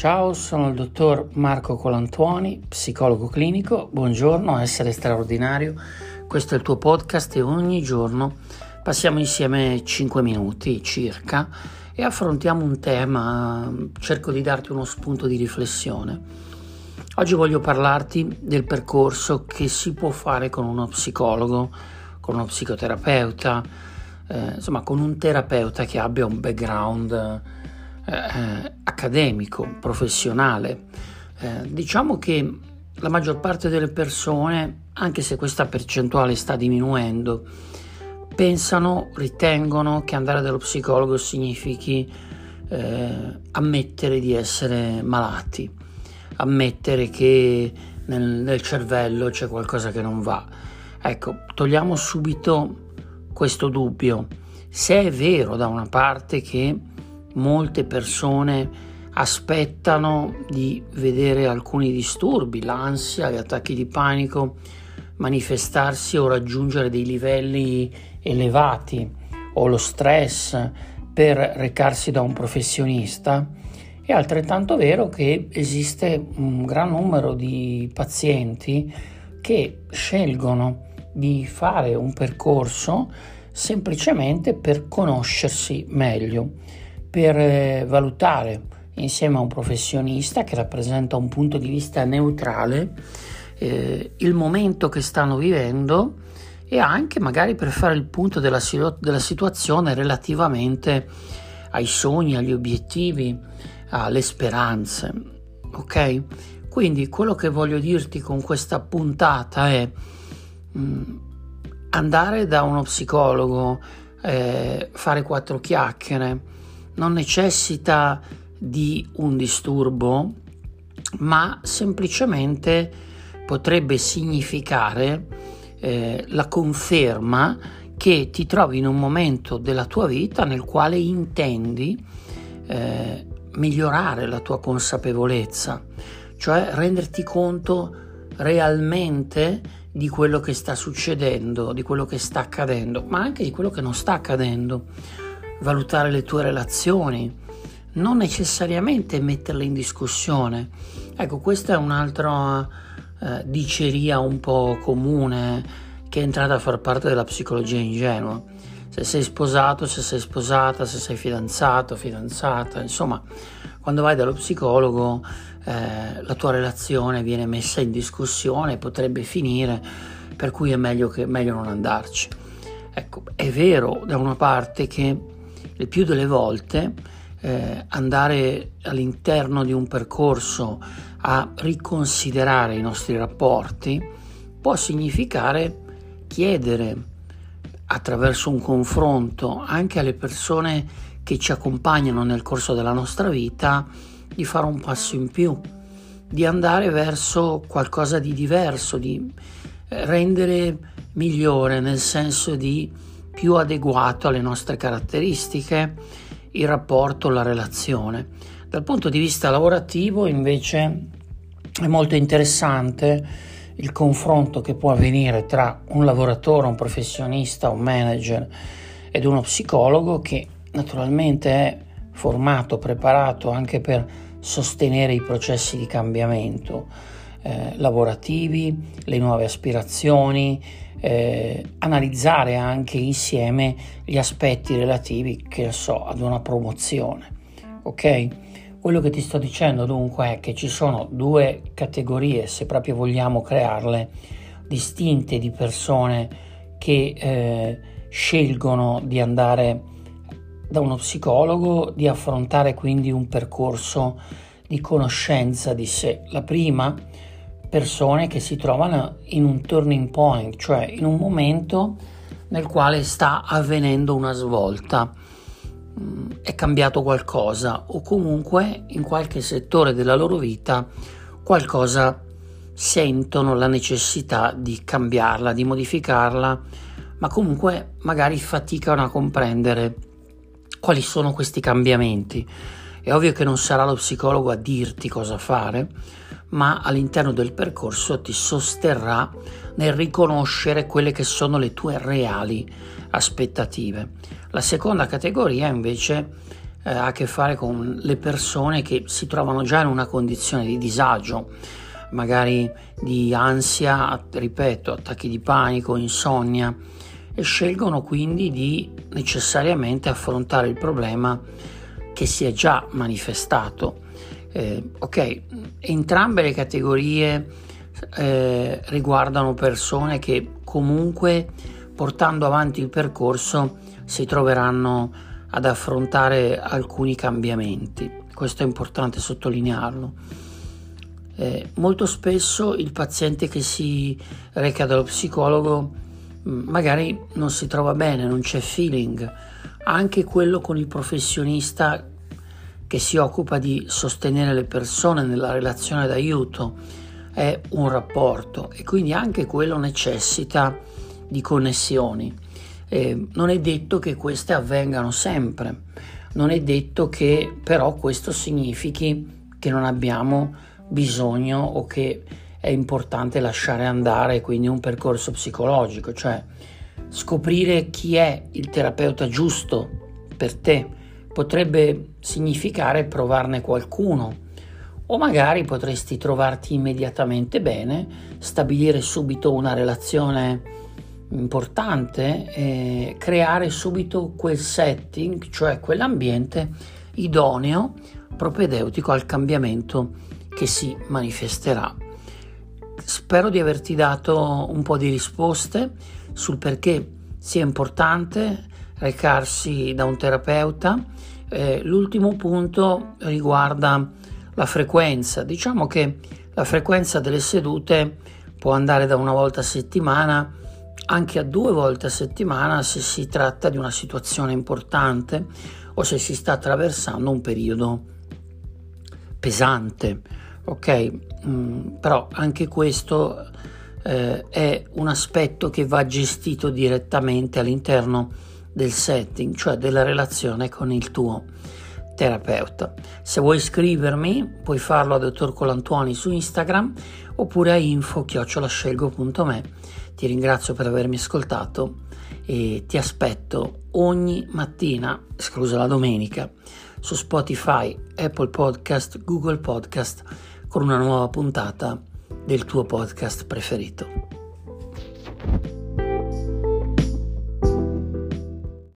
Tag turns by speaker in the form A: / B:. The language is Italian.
A: Ciao, sono il dottor Marco Colantuoni, psicologo clinico. Buongiorno, essere straordinario. Questo è il tuo podcast e ogni giorno passiamo insieme 5 minuti circa e affrontiamo un tema, cerco di darti uno spunto di riflessione. Oggi voglio parlarti del percorso che si può fare con uno psicologo, con uno psicoterapeuta, insomma con un terapeuta che abbia un background accademico, professionale. Diciamo che la maggior parte delle persone, anche se questa percentuale sta diminuendo, ritengono che andare dallo psicologo significhi ammettere di essere malati, ammettere che nel cervello c'è qualcosa che non va. Ecco, togliamo subito questo dubbio. Se è vero da una parte che molte persone aspettano di vedere alcuni disturbi, l'ansia, gli attacchi di panico manifestarsi o raggiungere dei livelli elevati, o lo stress per recarsi da un professionista, è altrettanto vero che esiste un gran numero di pazienti che scelgono di fare un percorso semplicemente per conoscersi meglio, per valutare insieme a un professionista che rappresenta un punto di vista neutrale il momento che stanno vivendo e anche magari per fare il punto della situazione relativamente ai sogni, agli obiettivi, alle speranze. Ok? Quindi quello che voglio dirti con questa puntata è andare da uno psicologo, fare 4 chiacchiere, non necessita di un disturbo, ma semplicemente potrebbe significare la conferma che ti trovi in un momento della tua vita nel quale intendi migliorare la tua consapevolezza, cioè renderti conto realmente di quello che sta succedendo, di quello che sta accadendo, ma anche di quello che non sta accadendo. Valutare le tue relazioni, non necessariamente metterle in discussione. Ecco, questa è un'altra diceria un po' comune che è entrata a far parte della psicologia ingenua. Se sei sposato, se sei sposata, se sei fidanzato, fidanzata, insomma, quando vai dallo psicologo la tua relazione viene messa in discussione, potrebbe finire, per cui è meglio non andarci. Ecco, è vero da una parte che il più delle volte andare all'interno di un percorso a riconsiderare i nostri rapporti può significare chiedere attraverso un confronto anche alle persone che ci accompagnano nel corso della nostra vita di fare un passo in più, di andare verso qualcosa di diverso, di rendere migliore, nel senso di più adeguato alle nostre caratteristiche, il rapporto, la relazione. Dal punto di vista lavorativo invece è molto interessante il confronto che può avvenire tra un lavoratore, un professionista, un manager ed uno psicologo che naturalmente è formato, preparato anche per sostenere i processi di cambiamento lavorativi, le nuove aspirazioni, analizzare anche insieme gli aspetti relativi, ad una promozione. Ok? Quello che ti sto dicendo dunque è che ci sono 2 categorie, se proprio vogliamo crearle, distinte di persone che scelgono di andare da uno psicologo, di affrontare quindi un percorso di conoscenza di sé. La prima, persone che si trovano in un turning point, cioè in un momento nel quale sta avvenendo una svolta, è cambiato qualcosa o comunque in qualche settore della loro vita qualcosa sentono la necessità di cambiarla, di modificarla, ma comunque magari faticano a comprendere quali sono questi cambiamenti. È ovvio che non sarà lo psicologo a dirti cosa fare, ma all'interno del percorso ti sosterrà nel riconoscere quelle che sono le tue reali aspettative. La seconda categoria invece ha a che fare con le persone che si trovano già in una condizione di disagio, magari di ansia, ripeto, attacchi di panico, insonnia, e scelgono quindi di necessariamente affrontare il problema che si è già manifestato. Entrambe le categorie riguardano persone che comunque, portando avanti il percorso, si troveranno ad affrontare alcuni cambiamenti. Questo è importante sottolinearlo. Molto spesso il paziente che si reca dallo psicologo magari non si trova bene, non c'è feeling. Anche quello con il professionista che si occupa di sostenere le persone nella relazione d'aiuto è un rapporto, e quindi anche quello necessita di connessioni. Non è detto che queste avvengano sempre, non è detto che però questo significhi che non abbiamo bisogno o che è importante lasciare andare, quindi un percorso psicologico, cioè scoprire chi è il terapeuta giusto per te potrebbe significare provarne qualcuno, o magari potresti trovarti immediatamente bene, stabilire subito una relazione importante e creare subito quel setting, cioè quell'ambiente idoneo, propedeutico al cambiamento che si manifesterà. Spero di averti dato un po' di risposte sul perché sia importante recarsi da un terapeuta. L'ultimo punto riguarda la frequenza. Diciamo che la frequenza delle sedute può andare da una volta a settimana anche a 2 volte a settimana se si tratta di una situazione importante o se si sta attraversando un periodo pesante. Però anche questo è un aspetto che va gestito direttamente all'interno del setting, cioè della relazione con il tuo terapeuta. Se vuoi scrivermi puoi farlo a Dottor Colantuoni su Instagram oppure a info@scelgo.me. Ti ringrazio per avermi ascoltato e ti aspetto ogni mattina, esclusa la domenica, su Spotify, Apple Podcast, Google Podcast, con una nuova puntata del tuo podcast preferito.